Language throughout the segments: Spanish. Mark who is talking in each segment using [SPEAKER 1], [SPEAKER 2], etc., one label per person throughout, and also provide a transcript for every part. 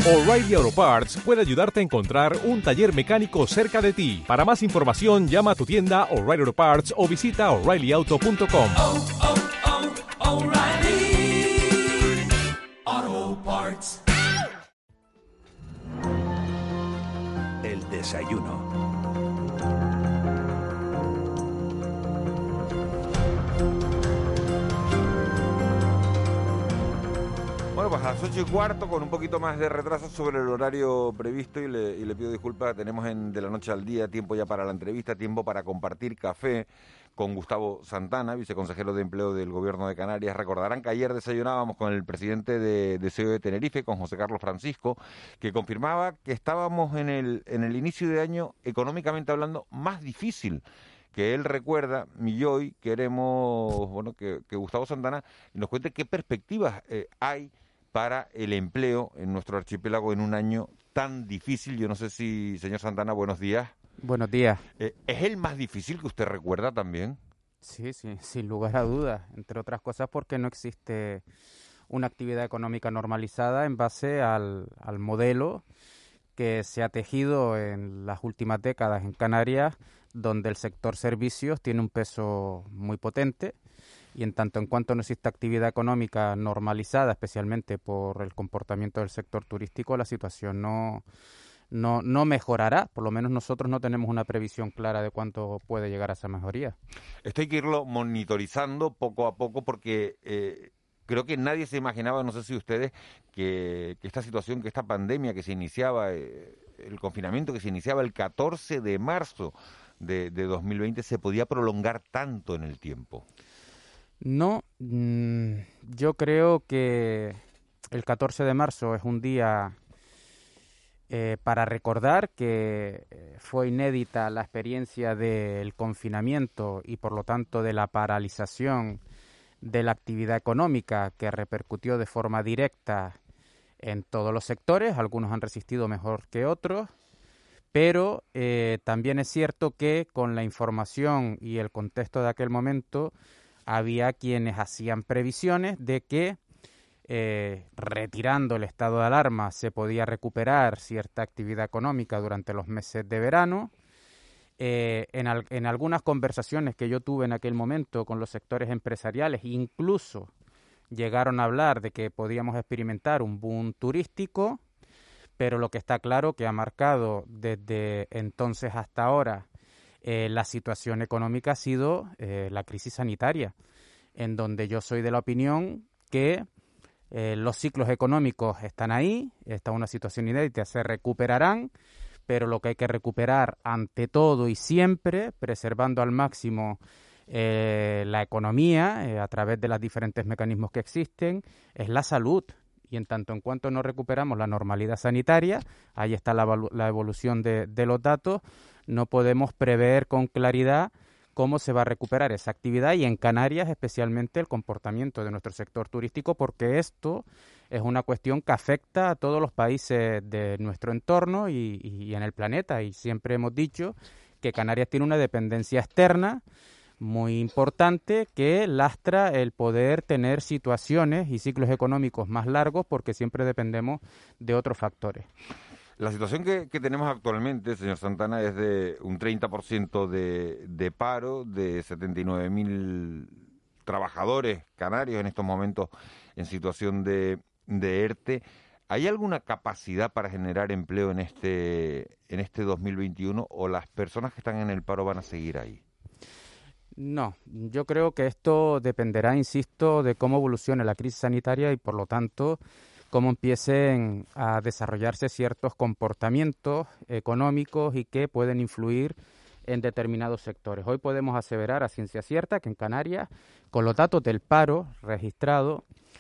[SPEAKER 1] O'Reilly Auto Parts puede ayudarte a encontrar un taller mecánico cerca de ti. Para más información, llama a tu tienda O'Reilly Auto Parts o visita O'ReillyAuto.com.
[SPEAKER 2] O'Reilly Auto Parts.
[SPEAKER 3] El desayuno.
[SPEAKER 4] Bueno, pues a las 8:15, con un poquito más de retraso sobre el horario previsto, y le pido disculpas. Tenemos de la noche al día tiempo ya para la entrevista, tiempo para compartir café con Gustavo Santana, viceconsejero de Empleo del Gobierno de Canarias. Recordarán que ayer desayunábamos con el presidente de CEO de Tenerife, con José Carlos Francisco, que confirmaba que estábamos en el inicio de año, económicamente hablando, más difícil que él recuerda. Y hoy queremos, que Gustavo Santana nos cuente qué perspectivas hay para el empleo en nuestro archipiélago en un año tan difícil. Yo no sé si, señor Santana, buenos días.
[SPEAKER 5] Buenos días.
[SPEAKER 4] ¿Es el más difícil que usted recuerda también?
[SPEAKER 5] Sí, sin lugar a dudas, entre otras cosas porque no existe una actividad económica normalizada en base al modelo que se ha tejido en las últimas décadas en Canarias, donde el sector servicios tiene un peso muy potente. Y en tanto en cuanto no existe actividad económica normalizada, especialmente por el comportamiento del sector turístico, la situación no mejorará. Por lo menos nosotros no tenemos una previsión clara de cuánto puede llegar a esa mejoría.
[SPEAKER 4] Esto hay que irlo monitorizando poco a poco, porque creo que nadie se imaginaba, no sé si ustedes, que esta situación, que esta pandemia que se iniciaba, el confinamiento que se iniciaba el 14 de marzo de 2020, se podía prolongar tanto en el tiempo.
[SPEAKER 5] No, yo creo que el 14 de marzo es un día para recordar que fue inédita la experiencia del confinamiento y por lo tanto de la paralización de la actividad económica, que repercutió de forma directa en todos los sectores. Algunos han resistido mejor que otros, pero también es cierto que con la información y el contexto de aquel momento había quienes hacían previsiones de que retirando el estado de alarma se podía recuperar cierta actividad económica durante los meses de verano. En algunas conversaciones que yo tuve en aquel momento con los sectores empresariales, incluso llegaron a hablar de que podíamos experimentar un boom turístico, pero lo que está claro que ha marcado desde entonces hasta ahora la situación económica ha sido la crisis sanitaria, en donde yo soy de la opinión que los ciclos económicos están ahí, está una situación inédita, se recuperarán, pero lo que hay que recuperar ante todo y siempre, preservando al máximo la economía a través de los diferentes mecanismos que existen, es la salud. Y en tanto en cuanto no recuperamos la normalidad sanitaria, ahí está la evolución de los datos, no podemos prever con claridad cómo se va a recuperar esa actividad, y en Canarias especialmente el comportamiento de nuestro sector turístico, porque esto es una cuestión que afecta a todos los países de nuestro entorno y en el planeta. Y siempre hemos dicho que Canarias tiene una dependencia externa muy importante que lastra el poder tener situaciones y ciclos económicos más largos, porque siempre dependemos de otros factores.
[SPEAKER 4] La situación que tenemos actualmente, señor Santana, es de un 30% de paro, de 79.000 trabajadores canarios en estos momentos en situación de ERTE. ¿Hay alguna capacidad para generar empleo en este 2021, o las personas que están en el paro van a seguir ahí?
[SPEAKER 5] No, yo creo que esto dependerá, insisto, de cómo evolucione la crisis sanitaria y por lo tanto cómo empiecen a desarrollarse ciertos comportamientos económicos y que pueden influir en determinados sectores. Hoy podemos aseverar a ciencia cierta que en Canarias, con los datos del paro registrado,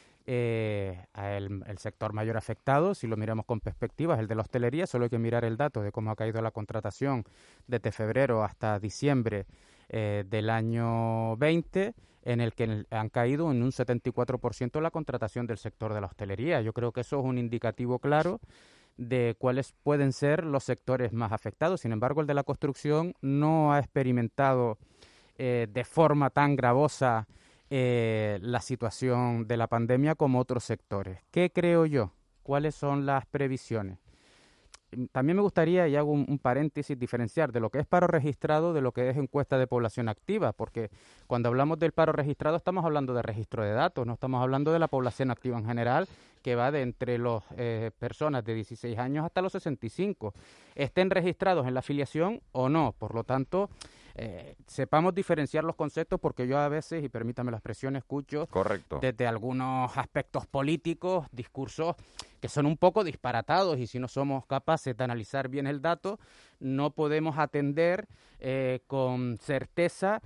[SPEAKER 5] el sector mayor afectado, si lo miramos con perspectiva, es el de la hostelería. Solo hay que mirar el dato de cómo ha caído la contratación desde febrero hasta diciembre del año 20, en el que han caído en un 74% la contratación del sector de la hostelería. Yo creo que eso es un indicativo claro de cuáles pueden ser los sectores más afectados. Sin embargo, el de la construcción no ha experimentado de forma tan gravosa la situación de la pandemia como otros sectores. ¿Qué creo yo? cuáles son las previsiones. También me gustaría, y hago un paréntesis, diferenciar de lo que es paro registrado de lo que es encuesta de población activa, porque cuando hablamos del paro registrado estamos hablando de registro de datos, no estamos hablando de la población activa en general, que va de entre las personas de 16 años hasta los 65, estén registrados en la afiliación o no. Por lo tanto, sepamos diferenciar los conceptos, porque yo a veces, y permítame la expresión, escucho
[SPEAKER 4] Correcto.
[SPEAKER 5] desde algunos aspectos políticos discursos que son un poco disparatados, y si no somos capaces de analizar bien el dato, no podemos atender con certeza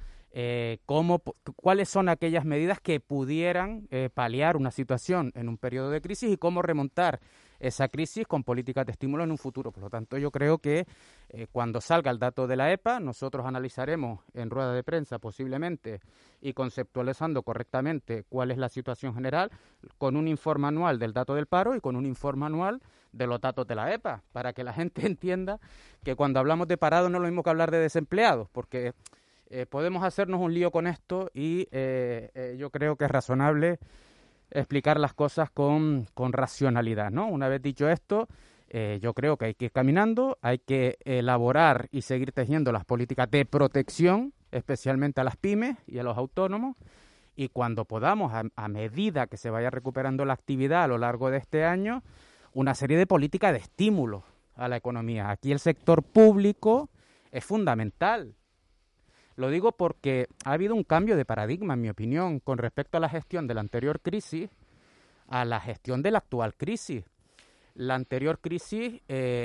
[SPEAKER 5] cuáles son aquellas medidas que pudieran paliar una situación en un periodo de crisis y cómo remontar esa crisis con políticas de estímulo en un futuro. Por lo tanto, yo creo que cuando salga el dato de la EPA, nosotros analizaremos en rueda de prensa posiblemente y conceptualizando correctamente cuál es la situación general, con un informe anual del dato del paro y con un informe anual de los datos de la EPA, para que la gente entienda que cuando hablamos de parado no es lo mismo que hablar de desempleados, porque podemos hacernos un lío con esto y yo creo que es razonable explicar las cosas con racionalidad, ¿no? Una vez dicho esto, yo creo que hay que ir caminando, hay que elaborar y seguir tejiendo las políticas de protección, especialmente a las pymes y a los autónomos, y cuando podamos, a medida que se vaya recuperando la actividad a lo largo de este año, una serie de políticas de estímulo a la economía. Aquí el sector público es fundamental. Lo digo porque ha habido un cambio de paradigma, en mi opinión, con respecto a la gestión de la anterior crisis a la gestión de la actual crisis. La anterior crisis,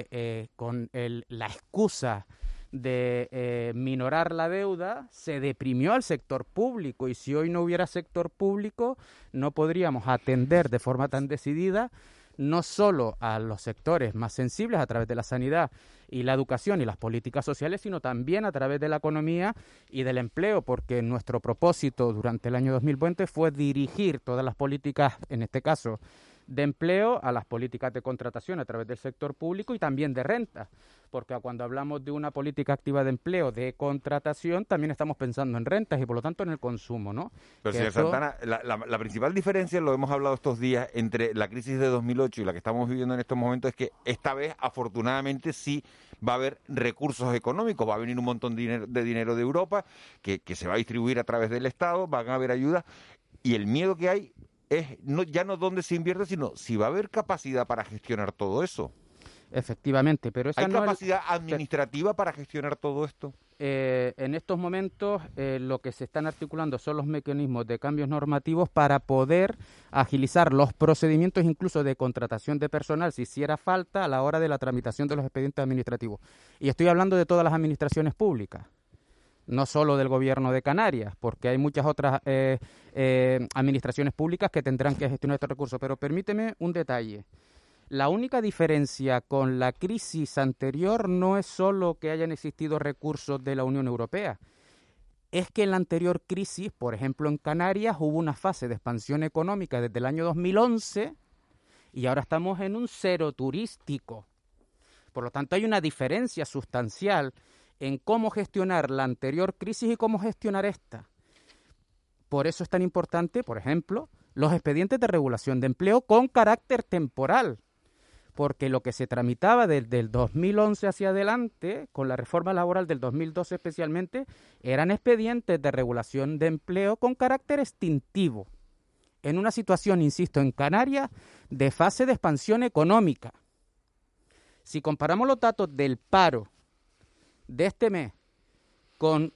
[SPEAKER 5] con la excusa de minorar la deuda, se deprimió al sector público, y si hoy no hubiera sector público, no podríamos atender de forma tan decidida no solo a los sectores más sensibles a través de la sanidad y la educación y las políticas sociales, sino también a través de la economía y del empleo, porque nuestro propósito durante el año 2020 fue dirigir todas las políticas, en este caso de empleo, a las políticas de contratación a través del sector público y también de renta, porque cuando hablamos de una política activa de empleo, de contratación, también estamos pensando en rentas y por lo tanto en el consumo, ¿no?
[SPEAKER 4] Pero, señor Santana, la principal diferencia, lo hemos hablado estos días, entre la crisis de 2008 y la que estamos viviendo en estos momentos, es que esta vez, afortunadamente, sí va a haber recursos económicos, va a venir un montón de dinero de Europa que se va a distribuir a través del Estado, van a haber ayudas, y el miedo que hay es ya no dónde se invierte, sino si va a haber capacidad para gestionar todo eso.
[SPEAKER 5] Efectivamente, pero esa
[SPEAKER 4] ¿Hay capacidad administrativa para gestionar todo esto?
[SPEAKER 5] En estos momentos lo que se están articulando son los mecanismos de cambios normativos para poder agilizar los procedimientos incluso de contratación de personal, si hiciera falta, a la hora de la tramitación de los expedientes administrativos. Y estoy hablando de todas las administraciones públicas, no solo del gobierno de Canarias, porque hay muchas otras administraciones públicas que tendrán que gestionar estos recursos. Pero permíteme un detalle. La única diferencia con la crisis anterior no es solo que hayan existido recursos de la Unión Europea, es que en la anterior crisis, por ejemplo en Canarias, hubo una fase de expansión económica desde el año 2011 y ahora estamos en un cero turístico. Por lo tanto, hay una diferencia sustancial en cómo gestionar la anterior crisis y cómo gestionar esta. Por eso es tan importante, por ejemplo, los expedientes de regulación de empleo con carácter temporal, porque lo que se tramitaba desde el 2011 hacia adelante, con la reforma laboral del 2012 especialmente, eran expedientes de regulación de empleo con carácter extintivo, en una situación, insisto, en Canarias, de fase de expansión económica. Si comparamos los datos del paro de este mes con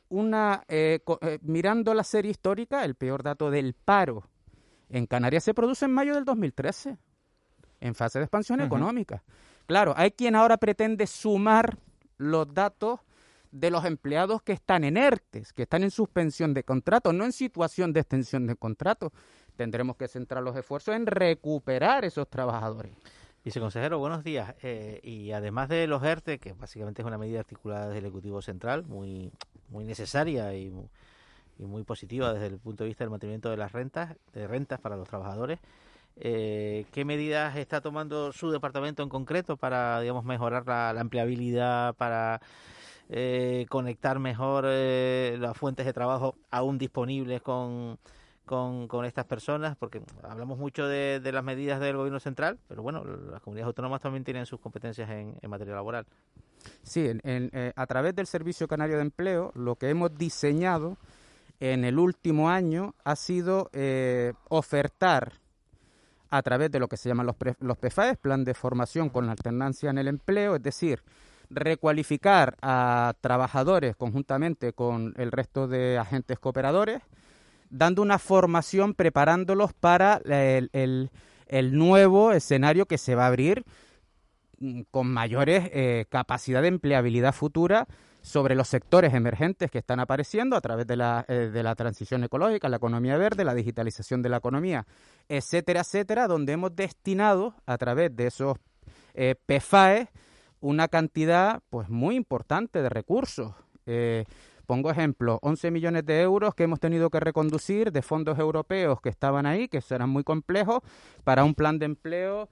[SPEAKER 5] mirando la serie histórica, el peor dato del paro en Canarias se produce en mayo del 2013, en fase de expansión económica. Claro, hay quien ahora pretende sumar los datos de los empleados que están en ERTES, que están en suspensión de contrato, no en situación de extensión de contrato. Tendremos que centrar los esfuerzos en recuperar esos trabajadores.
[SPEAKER 6] Viceconsejero, buenos días. Y además de los ERTE, que básicamente es una medida articulada desde el Ejecutivo Central, muy necesaria y muy positiva desde el punto de vista del mantenimiento de las rentas para los trabajadores, ¿qué medidas está tomando su departamento en concreto para, digamos, mejorar la empleabilidad, para conectar mejor las fuentes de trabajo aún disponibles con con estas personas? Porque hablamos mucho de las medidas del gobierno central, pero bueno, las comunidades autónomas también tienen sus competencias en materia laboral.
[SPEAKER 5] Sí, a través del Servicio Canario de Empleo, lo que hemos diseñado en el último año ha sido ofertar a través de lo que se llaman los PFAES, Plan de Formación con Alternancia en el Empleo, es decir, recualificar a trabajadores conjuntamente con el resto de agentes cooperadores, dando una formación, preparándolos para el nuevo escenario que se va a abrir con mayores capacidad de empleabilidad futura sobre los sectores emergentes que están apareciendo a través de la transición ecológica, la economía verde, la digitalización de la economía, etcétera, etcétera, donde hemos destinado a través de esos PFAE una cantidad pues muy importante de recursos. Pongo ejemplo, 11 millones de euros que hemos tenido que reconducir de fondos europeos que estaban ahí, que serán muy complejos, para un plan de empleo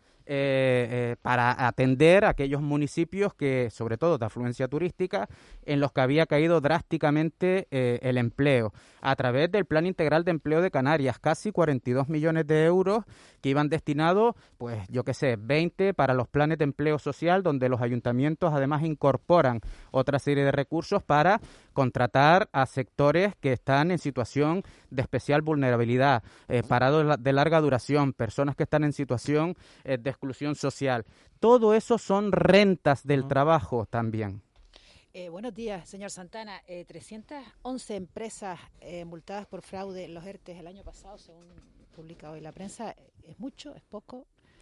[SPEAKER 5] para atender a aquellos municipios que, sobre todo de afluencia turística, en los que había caído drásticamente el empleo. A través del Plan Integral de Empleo de Canarias, casi 42 millones de euros que iban destinados, pues yo qué sé, 20 para los planes de empleo social, donde los ayuntamientos además incorporan otra serie de recursos para contratar a sectores que están en situación de especial vulnerabilidad, parados de larga duración, personas que están en situación de exclusión social. Todo eso son rentas del trabajo también.
[SPEAKER 7] Buenos días, señor Santana. 311 empresas multadas por fraude en los ERTE el año pasado, según publica hoy la prensa. ¿Es mucho? ¿Es poco?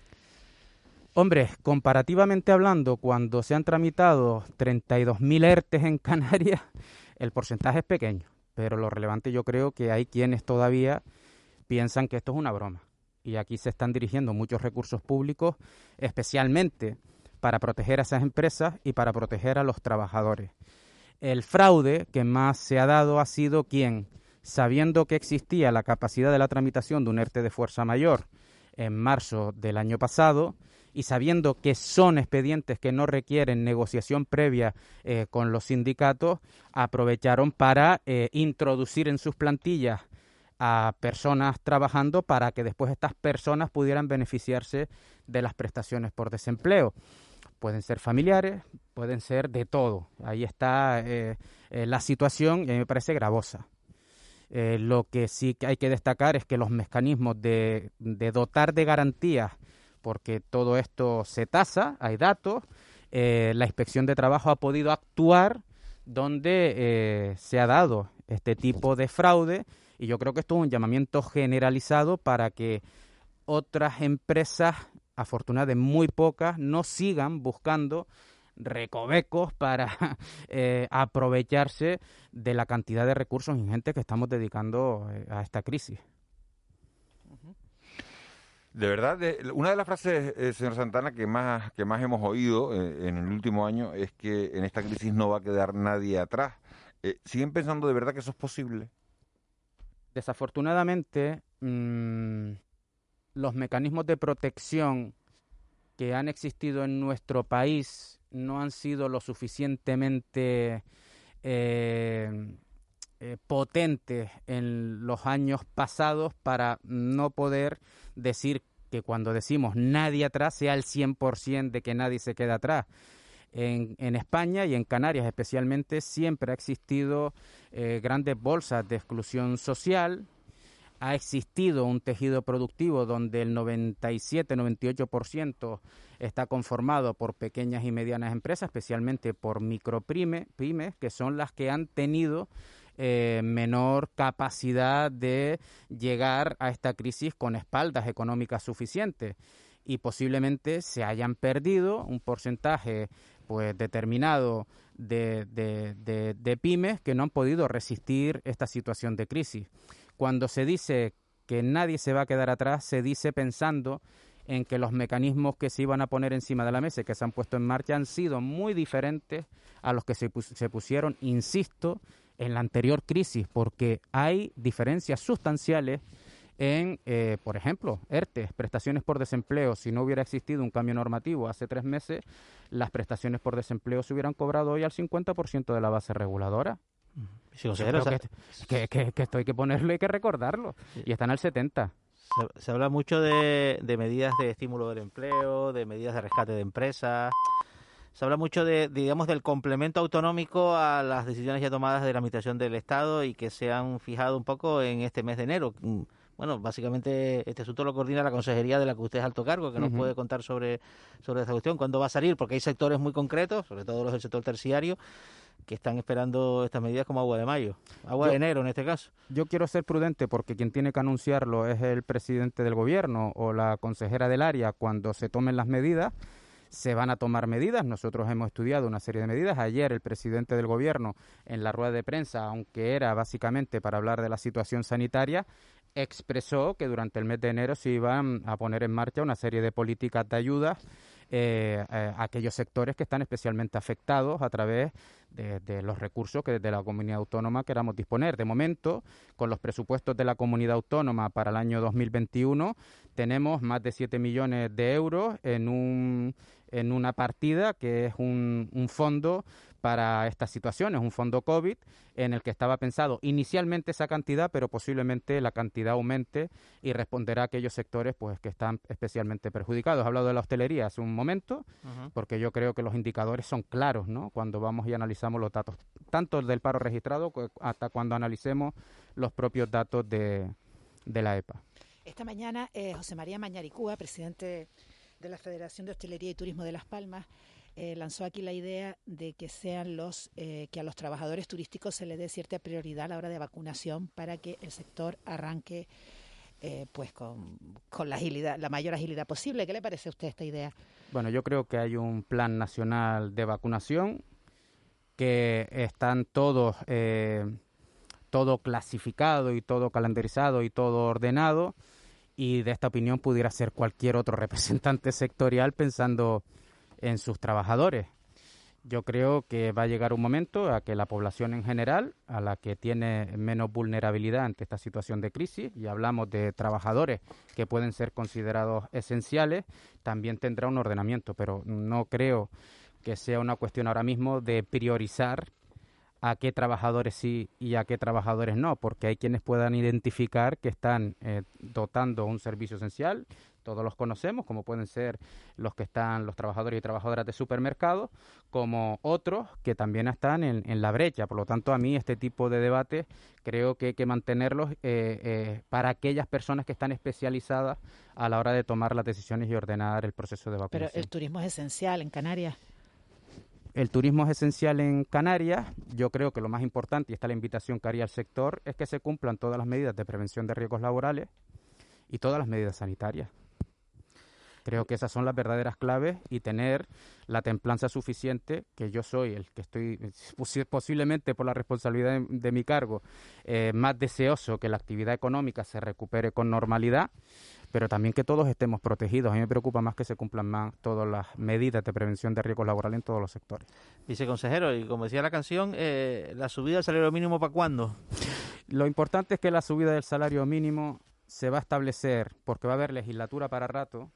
[SPEAKER 5] Hombre, comparativamente hablando, cuando se han tramitado 32.000 ERTEs en Canarias, el porcentaje es pequeño, pero lo relevante yo creo que hay quienes todavía piensan que esto es una broma. Y aquí se están dirigiendo muchos recursos públicos, especialmente para proteger a esas empresas y para proteger a los trabajadores. El fraude que más se ha dado ha sido quien, sabiendo que existía la capacidad de la tramitación de un ERTE de fuerza mayor en marzo del año pasado, y sabiendo que son expedientes que no requieren negociación previa con los sindicatos, aprovecharon para introducir en sus plantillas a personas trabajando para que después estas personas pudieran beneficiarse de las prestaciones por desempleo. Pueden ser familiares, pueden ser de todo. Ahí está la situación y a mí me parece gravosa. Lo que sí hay que destacar es que los mecanismos de dotar de garantías, porque todo esto se tasa, hay datos, la Inspección de Trabajo ha podido actuar donde se ha dado este tipo de fraude, y yo creo que esto es un llamamiento generalizado para que otras empresas, afortunadamente muy pocas, no sigan buscando recovecos para aprovecharse de la cantidad de recursos ingentes que estamos dedicando a esta crisis.
[SPEAKER 4] De verdad, una de las frases, señor Santana, que más hemos oído en el último año es que en esta crisis no va a quedar nadie atrás. ¿Siguen pensando de verdad que eso es posible?
[SPEAKER 5] Desafortunadamente, los mecanismos de protección que han existido en nuestro país no han sido lo suficientemente potentes en los años pasados para no poder decir que cuando decimos nadie atrás sea el 100% de que nadie se queda atrás. En España y en Canarias especialmente siempre ha existido grandes bolsas de exclusión social. Ha existido un tejido productivo donde el 97-98% está conformado por pequeñas y medianas empresas, especialmente por micropymes, que son las que han tenido menor capacidad de llegar a esta crisis con espaldas económicas suficientes, y posiblemente se hayan perdido un porcentaje pues determinado de pymes que no han podido resistir esta situación de crisis. Cuando se dice que nadie se va a quedar atrás, se dice pensando en que los mecanismos que se iban a poner encima de la mesa y que se han puesto en marcha han sido muy diferentes a los que se pusieron, insisto, en la anterior crisis, porque hay diferencias sustanciales en, por ejemplo, ERTE, prestaciones por desempleo. Si no hubiera existido un cambio normativo hace 3 meses, las prestaciones por desempleo se hubieran cobrado hoy al 50% de la base reguladora.
[SPEAKER 6] Sí,
[SPEAKER 5] Yo
[SPEAKER 6] consejero,
[SPEAKER 5] creo que esto hay que ponerlo y hay que recordarlo.
[SPEAKER 6] Sí.
[SPEAKER 5] Y están al 70.
[SPEAKER 6] se habla mucho de medidas de estímulo del empleo, de medidas de rescate de empresas. Se habla mucho digamos, del complemento autonómico a las decisiones ya tomadas de la Administración del Estado y que se han fijado un poco en este mes de enero. Bueno, básicamente este asunto lo coordina la consejería de la que usted es alto cargo, que nos
[SPEAKER 5] Ujú.
[SPEAKER 6] puede contar sobre esta cuestión. ¿Cuándo va a salir? Porque hay sectores muy concretos, sobre todo los del sector terciario, que están esperando estas medidas como agua de mayo. Agua de enero, en este caso.
[SPEAKER 5] Yo quiero ser prudente porque quien tiene que anunciarlo es el presidente del gobierno o la consejera del área. Cuando se tomen las medidas, se van a tomar medidas. Nosotros hemos estudiado una serie de medidas. Ayer el presidente del gobierno, en la rueda de prensa, aunque era básicamente para hablar de la situación sanitaria, expresó que durante el mes de enero se iban a poner en marcha una serie de políticas de ayuda a aquellos sectores que están especialmente afectados a través de los recursos que desde la comunidad autónoma queramos disponer. De momento, con los presupuestos de la comunidad autónoma para el año 2021, tenemos más de 7 millones de euros en una partida que es un fondo para estas situaciones, un fondo COVID, en el que estaba pensado inicialmente esa cantidad, pero posiblemente la cantidad aumente y responderá a aquellos sectores pues que están especialmente perjudicados. He hablado de la hostelería hace un momento, porque yo creo que los indicadores son claros, ¿no? Cuando vamos y analizamos los datos, tanto del paro registrado hasta cuando analicemos los propios datos de la EPA.
[SPEAKER 7] Esta mañana, José María Mañaricúa, presidente de la Federación de Hostelería y Turismo de Las Palmas, lanzó aquí la idea de que sean que a los trabajadores turísticos se les dé cierta prioridad a la hora de vacunación para que el sector arranque pues con la mayor agilidad posible. ¿Qué le parece a usted esta idea?
[SPEAKER 5] Bueno, yo creo que hay un plan nacional de vacunación que están todo clasificado y todo calendarizado y todo ordenado, y de esta opinión pudiera ser cualquier otro representante sectorial pensando en sus trabajadores. Yo creo que va a llegar un momento a que la población en general, a la que tiene menos vulnerabilidad ante esta situación de crisis, y hablamos de trabajadores que pueden ser considerados esenciales, también tendrá un ordenamiento, pero no creo que sea una cuestión ahora mismo de priorizar a qué trabajadores sí y a qué trabajadores no, porque hay quienes puedan identificar que están dotando un servicio esencial. Todos los conocemos, como pueden ser los trabajadores y trabajadoras de supermercados, como otros que también están en la brecha. Por lo tanto, a mí este tipo de debates creo que hay que mantenerlos para aquellas personas que están especializadas a la hora de tomar las decisiones y ordenar el proceso de vacunación.
[SPEAKER 7] Pero el turismo es esencial en Canarias.
[SPEAKER 5] El turismo es esencial en Canarias. Yo creo que lo más importante, y esta es la invitación que haría al sector, es que se cumplan todas las medidas de prevención de riesgos laborales y todas las medidas sanitarias. Creo que esas son las verdaderas claves, y tener la templanza suficiente, que yo soy el que estoy, posiblemente por la responsabilidad de mi cargo, más deseoso que la actividad económica se recupere con normalidad, pero también que todos estemos protegidos. A mí me preocupa más que se cumplan más todas las medidas de prevención de riesgos laborales en todos los sectores.
[SPEAKER 6] Viceconsejero, y como decía la canción, ¿la subida del salario mínimo para cuándo?
[SPEAKER 5] Lo importante es que la subida del salario mínimo se va a establecer, porque va a haber legislatura para rato,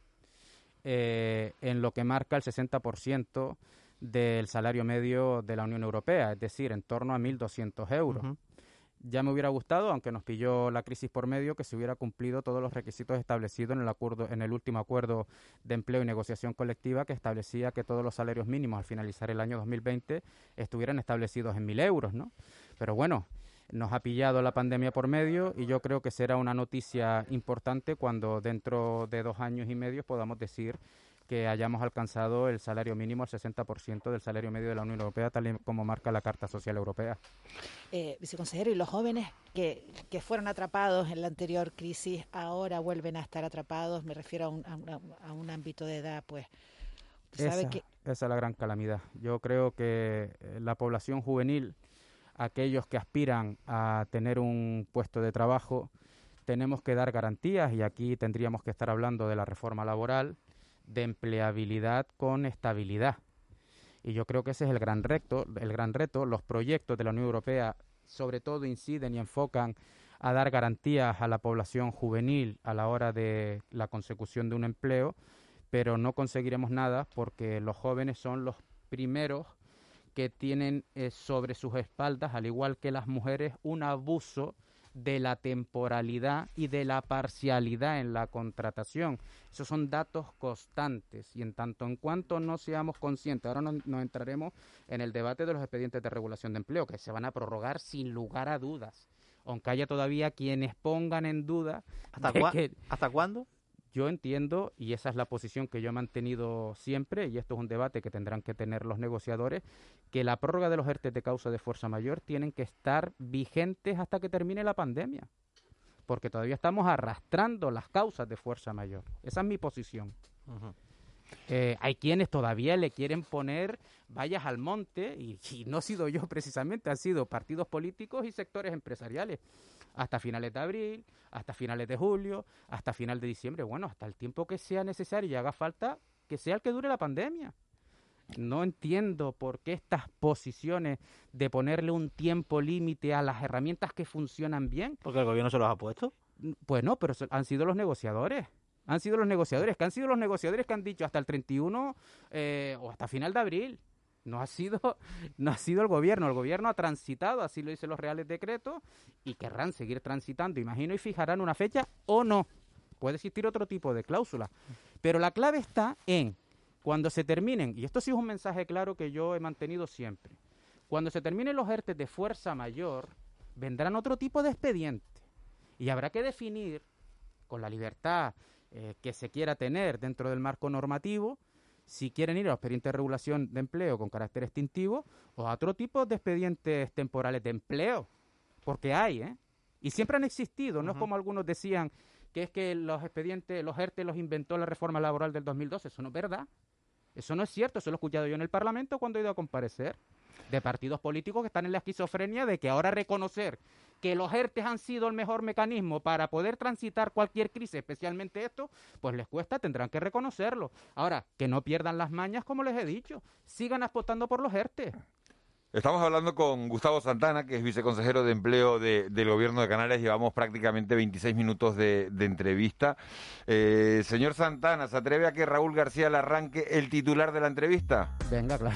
[SPEAKER 5] en lo que marca el 60% del salario medio de la Unión Europea, es decir, en torno a 1.200 euros. Ya me hubiera gustado, aunque nos pilló la crisis por medio, que se hubiera cumplido todos los requisitos establecidos en el último acuerdo de empleo y negociación colectiva, que establecía que todos los salarios mínimos al finalizar el año 2020 estuvieran establecidos en 1.000 euros, ¿no? Pero bueno, nos ha pillado la pandemia por medio, y yo creo que será una noticia importante cuando dentro de 2 años y medio podamos decir que hayamos alcanzado el salario mínimo al 60% del salario medio de la Unión Europea, tal y como marca la Carta Social Europea.
[SPEAKER 7] Viceconsejero, ¿y los jóvenes que fueron atrapados en la anterior crisis ahora vuelven a estar atrapados? Me refiero a un ámbito de edad, pues.
[SPEAKER 5] Esa es la gran calamidad. Yo creo que la población juvenil, aquellos que aspiran a tener un puesto de trabajo, tenemos que dar garantías, y aquí tendríamos que estar hablando de la reforma laboral, de empleabilidad con estabilidad. Y yo creo que ese es el gran reto. Los proyectos de la Unión Europea sobre todo inciden y enfocan a dar garantías a la población juvenil a la hora de la consecución de un empleo, pero no conseguiremos nada porque los jóvenes son los primeros que tienen sobre sus espaldas, al igual que las mujeres, un abuso de la temporalidad y de la parcialidad en la contratación. Esos son datos constantes y en tanto en cuanto no seamos conscientes, ahora nos entraremos en el debate de los expedientes de regulación de empleo, que se van a prorrogar sin lugar a dudas, aunque haya todavía quienes pongan en duda
[SPEAKER 6] ¿Hasta cuándo?
[SPEAKER 5] Yo entiendo, y esa es la posición que yo he mantenido siempre, y esto es un debate que tendrán que tener los negociadores, que la prórroga de los ERTE de causa de fuerza mayor tienen que estar vigentes hasta que termine la pandemia, porque todavía estamos arrastrando las causas de fuerza mayor. Esa es mi posición.
[SPEAKER 6] Ujú.
[SPEAKER 5] Hay quienes todavía le quieren poner vallas al monte, y no he sido yo precisamente, han sido partidos políticos y sectores empresariales, hasta finales de abril, hasta finales de julio, hasta final de diciembre, bueno, hasta el tiempo que sea necesario y haga falta, que sea el que dure la pandemia. No entiendo por qué estas posiciones de ponerle un tiempo límite a las herramientas que funcionan bien.
[SPEAKER 6] Porque el gobierno se los ha puesto.
[SPEAKER 5] Pues no, pero han sido los negociadores. Han sido los negociadores que han dicho hasta el 31 o hasta final de abril. No ha sido el gobierno. El gobierno ha transitado, así lo dicen los reales decretos, y querrán seguir transitando, imagino, y fijarán una fecha o no. Puede existir otro tipo de cláusula. Pero la clave está en cuando se terminen, y esto sí es un mensaje claro que yo he mantenido siempre, cuando se terminen los ERTE de fuerza mayor, vendrán otro tipo de expedientes. Y habrá que definir, con la libertad que se quiera tener dentro del marco normativo, si quieren ir a los expedientes de regulación de empleo con carácter extintivo o a otro tipo de expedientes temporales de empleo, porque hay, y siempre han existido, no es como algunos decían que es que los expedientes, los ERTE los inventó la reforma laboral del 2012, eso no es verdad, eso no es cierto, eso lo he escuchado yo en el Parlamento cuando he ido a comparecer, de partidos políticos que están en la esquizofrenia de que ahora reconocer que los ERTE han sido el mejor mecanismo para poder transitar cualquier crisis, especialmente esto, pues les cuesta, tendrán que reconocerlo. Ahora, que no pierdan las mañas, como les he dicho, sigan apostando por los ERTE.
[SPEAKER 4] Estamos hablando con Gustavo Santana, que es viceconsejero de Empleo del Gobierno de Canarias. Llevamos prácticamente 26 minutos de entrevista. Señor Santana, ¿se atreve a que Raúl García le arranque el titular de la entrevista?
[SPEAKER 5] Venga, claro.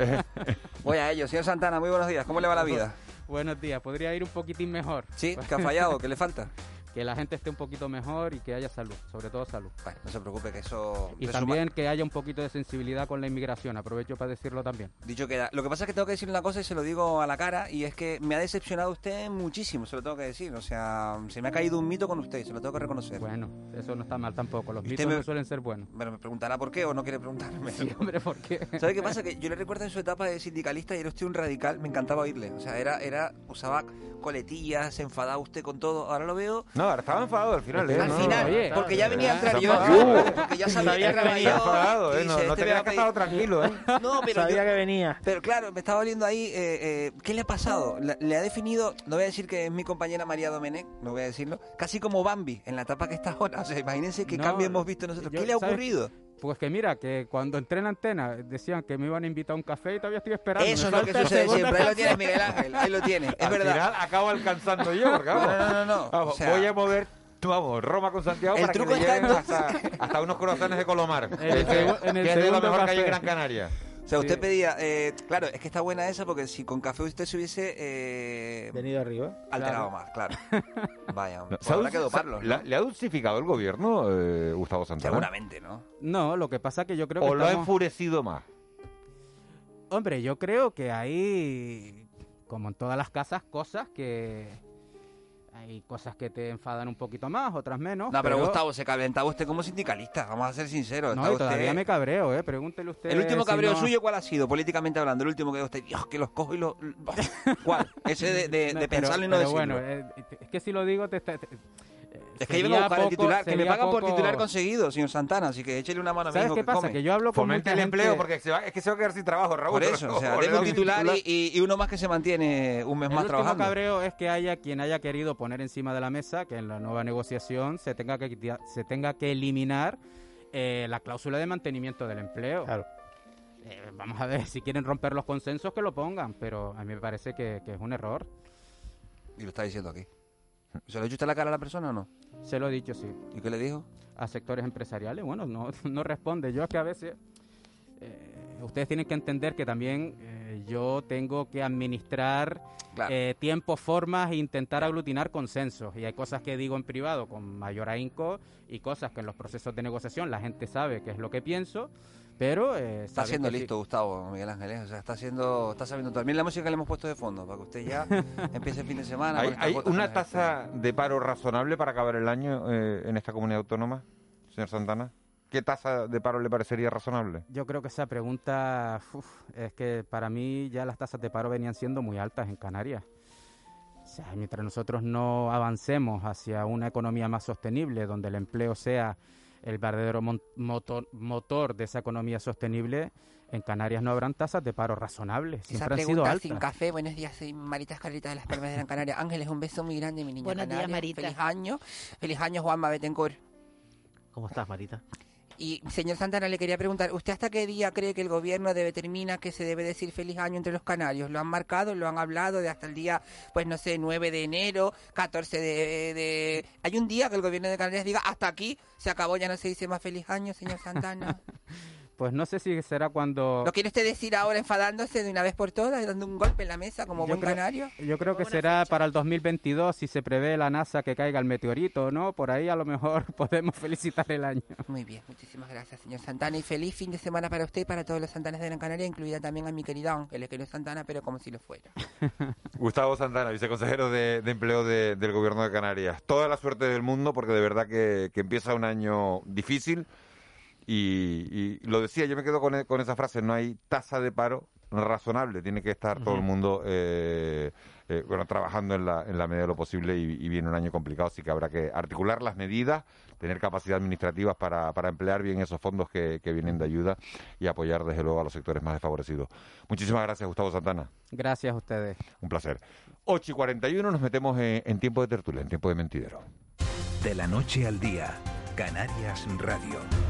[SPEAKER 8] Voy a ello. Señor Santana, muy buenos días. ¿Cómo le va la vida?
[SPEAKER 5] Buenos días, podría ir un poquitín mejor.
[SPEAKER 8] Sí, que ha fallado, ¿qué le falta?
[SPEAKER 5] Que la gente esté un poquito mejor y que haya salud, sobre todo salud.
[SPEAKER 8] Bueno, no se preocupe, que eso...
[SPEAKER 5] Y también que haya un poquito de sensibilidad con la inmigración, aprovecho para decirlo también.
[SPEAKER 8] Dicho queda. Lo que pasa es que tengo que decir una cosa y se lo digo a la cara, y es que me ha decepcionado usted muchísimo, se lo tengo que decir. O sea, se me ha caído un mito con usted, se lo tengo que reconocer.
[SPEAKER 5] Bueno, eso no está mal tampoco, los mitos
[SPEAKER 8] me...
[SPEAKER 5] no suelen ser buenos.
[SPEAKER 8] Bueno, me preguntará por qué o no quiere preguntarme.
[SPEAKER 5] Sí, hombre, ¿por qué?
[SPEAKER 8] ¿Sabe qué pasa? Que yo le recuerdo en su etapa de sindicalista y era usted un radical, me encantaba oírle. O sea, usaba coletillas, se enfadaba usted con todo. Ahora lo veo...
[SPEAKER 4] No, ahora estaba enfadado al final.
[SPEAKER 8] Al final,
[SPEAKER 5] oye,
[SPEAKER 8] porque ya venía a entrar yo, porque ya sabía que
[SPEAKER 4] venía enfadado,
[SPEAKER 8] dice,
[SPEAKER 4] no tenías que estar tranquilo,
[SPEAKER 8] No, pero
[SPEAKER 6] Sabía que venía.
[SPEAKER 8] Pero claro, me estaba oliendo ahí. ¿Qué le ha pasado? Le ha definido, no voy a decir que es mi compañera María Domenech, no voy a decirlo, casi como Bambi, en la etapa que está ahora. O sea, imagínense qué cambio hemos visto nosotros. ¿Qué le ha ocurrido?
[SPEAKER 5] Pues que mira, que cuando entré en Antena decían que me iban a invitar a un café y todavía estoy esperando.
[SPEAKER 8] Eso es lo que sucede siempre. Ahí lo tienes, Miguel Ángel, ahí lo tienes. Es verdad.
[SPEAKER 4] Al final acabo alcanzando yo, porque vamos.
[SPEAKER 8] No.
[SPEAKER 4] Vamos,
[SPEAKER 8] O sea,
[SPEAKER 4] voy a mover... Vamos, Roma con Santiago
[SPEAKER 8] el
[SPEAKER 4] para que
[SPEAKER 8] truco
[SPEAKER 4] le
[SPEAKER 8] está
[SPEAKER 4] lleguen
[SPEAKER 8] en
[SPEAKER 4] hasta unos corazones de Colomar,
[SPEAKER 5] En el
[SPEAKER 4] que es de lo
[SPEAKER 5] segundo
[SPEAKER 4] mejor que hay en
[SPEAKER 5] café.
[SPEAKER 4] Gran Canaria.
[SPEAKER 8] O sea, usted
[SPEAKER 5] Sí.
[SPEAKER 8] pedía... claro, es que está buena esa porque si con café usted se hubiese
[SPEAKER 6] Venido arriba.
[SPEAKER 8] alterado más, claro. Vaya,
[SPEAKER 4] No,
[SPEAKER 8] pues habrá que doparlos, ¿no?
[SPEAKER 4] ¿Le ha dulcificado el gobierno, Gustavo Santana?
[SPEAKER 8] Seguramente, ¿no?
[SPEAKER 5] No, lo que pasa que yo creo que
[SPEAKER 4] ¿O lo ha
[SPEAKER 5] estamos...
[SPEAKER 4] enfurecido más?
[SPEAKER 5] Hombre, yo creo que hay, como en todas las casas, cosas que... Hay cosas que te enfadan un poquito más, otras menos.
[SPEAKER 8] No, pero Gustavo, se calentaba usted como sindicalista, vamos a ser sinceros.
[SPEAKER 5] No,
[SPEAKER 8] Está
[SPEAKER 5] y todavía
[SPEAKER 8] usted...
[SPEAKER 5] me cabreo, pregúntele usted.
[SPEAKER 8] ¿El último
[SPEAKER 5] si
[SPEAKER 8] cabreo
[SPEAKER 5] no-
[SPEAKER 8] suyo cuál ha sido, políticamente hablando? El último que usted, Dios, que los cojo y los... ¿Cuál? Ese de
[SPEAKER 5] No,
[SPEAKER 8] pensarlo y no
[SPEAKER 5] pero
[SPEAKER 8] decirlo.
[SPEAKER 5] bueno, es que si lo digo
[SPEAKER 8] Es que yo vengo a buscar el titular, que me pagan por titular conseguido, señor Santana, así que échele una mano a mi
[SPEAKER 5] ¿Sabes
[SPEAKER 8] hijo
[SPEAKER 5] qué
[SPEAKER 8] que
[SPEAKER 5] pasa?
[SPEAKER 8] come.
[SPEAKER 5] Que yo hablo con
[SPEAKER 4] Fomente
[SPEAKER 5] mucha
[SPEAKER 4] el empleo,
[SPEAKER 5] gente-
[SPEAKER 4] porque es que se va a quedar sin trabajo, Raúl.
[SPEAKER 8] Por eso, o sea,
[SPEAKER 4] O le
[SPEAKER 8] deme
[SPEAKER 4] da
[SPEAKER 8] un titular y uno más que se mantiene un mes
[SPEAKER 5] El
[SPEAKER 8] más
[SPEAKER 5] último
[SPEAKER 8] trabajando.
[SPEAKER 5] cabreo es que haya quien haya querido poner encima de la mesa que en la nueva negociación se tenga que eliminar la cláusula de mantenimiento del empleo.
[SPEAKER 6] Claro.
[SPEAKER 5] Vamos a ver, si quieren romper los consensos que lo pongan, pero a mí me parece que es un error.
[SPEAKER 8] Y lo está diciendo aquí. ¿Se lo ha dicho usted a la cara a la persona o no?
[SPEAKER 5] Se lo he dicho, sí.
[SPEAKER 8] ¿Y qué le dijo?
[SPEAKER 5] A sectores empresariales, bueno, no responde. Yo es que a veces ustedes tienen que entender que también Yo tengo que administrar tiempos, formas e intentar aglutinar consensos. Y hay cosas que digo en privado con mayor ahínco y cosas que en los procesos de negociación la gente sabe qué es lo que pienso. Pero
[SPEAKER 8] está siendo listo, Gustavo, Miguel Ángel, ¿eh? O sea, está sabiendo todo. Miren la música que le hemos puesto de fondo, para que usted ya empiece el fin de semana.
[SPEAKER 4] ¿Hay una tasa de paro razonable para acabar el año en esta comunidad autónoma, señor Santana? ¿Qué tasa de paro le parecería razonable?
[SPEAKER 5] Yo creo que esa pregunta, es que para mí ya las tasas de paro venían siendo muy altas en Canarias. O sea, mientras nosotros no avancemos hacia una economía más sostenible, donde el empleo sea el verdadero motor de esa economía sostenible, en Canarias no habrán tasas de paro razonables. Siempre han sido altas.
[SPEAKER 9] Sin café. Buenos días, soy Marita Escarlita de las Palmas de Gran Canaria. Ángeles, un beso muy grande, mi niña.
[SPEAKER 7] Buenos días, Marita.
[SPEAKER 9] Feliz año, Juanma Betancourt.
[SPEAKER 6] ¿Cómo estás, Marita?
[SPEAKER 9] Y, señor Santana, le quería preguntar, ¿usted hasta qué día cree que el gobierno determina que se debe decir feliz año entre los canarios? ¿Lo han marcado, lo han hablado de hasta el día, pues no sé, 9 de enero, 14 de... ¿Hay un día que el gobierno de Canarias diga, hasta aquí, se acabó, ya no se dice más feliz año, señor Santana?
[SPEAKER 5] Pues no sé si será cuando...
[SPEAKER 9] ¿Lo quiere usted decir ahora enfadándose de una vez por todas, dando un golpe en la mesa como buen canario?
[SPEAKER 5] Yo creo que será para el 2022, si se prevé la NASA que caiga el meteorito, ¿no? Por ahí a lo mejor podemos felicitar el año.
[SPEAKER 9] Muy bien, muchísimas gracias, señor Santana, y feliz fin de semana para usted y para todos los santanas de Gran Canaria, incluida también a mi querida Ángeles, que no es Santana, pero como si lo fuera.
[SPEAKER 4] Gustavo Santana, viceconsejero de Empleo del Gobierno de Canarias. Toda la suerte del mundo, porque de verdad que empieza un año difícil. Y lo decía, yo me quedo con esa frase, no hay tasa de paro razonable, tiene que estar todo el mundo trabajando en la medida de lo posible y viene un año complicado, así que habrá que articular las medidas, tener capacidad administrativa para emplear bien esos fondos que vienen de ayuda y apoyar desde luego a los sectores más desfavorecidos. Muchísimas gracias, Gustavo Santana.
[SPEAKER 5] Gracias a ustedes.
[SPEAKER 4] Un placer. 8:41 nos metemos en tiempo de tertulia, en tiempo de mentidero.
[SPEAKER 3] De la noche al día, Canarias Radio.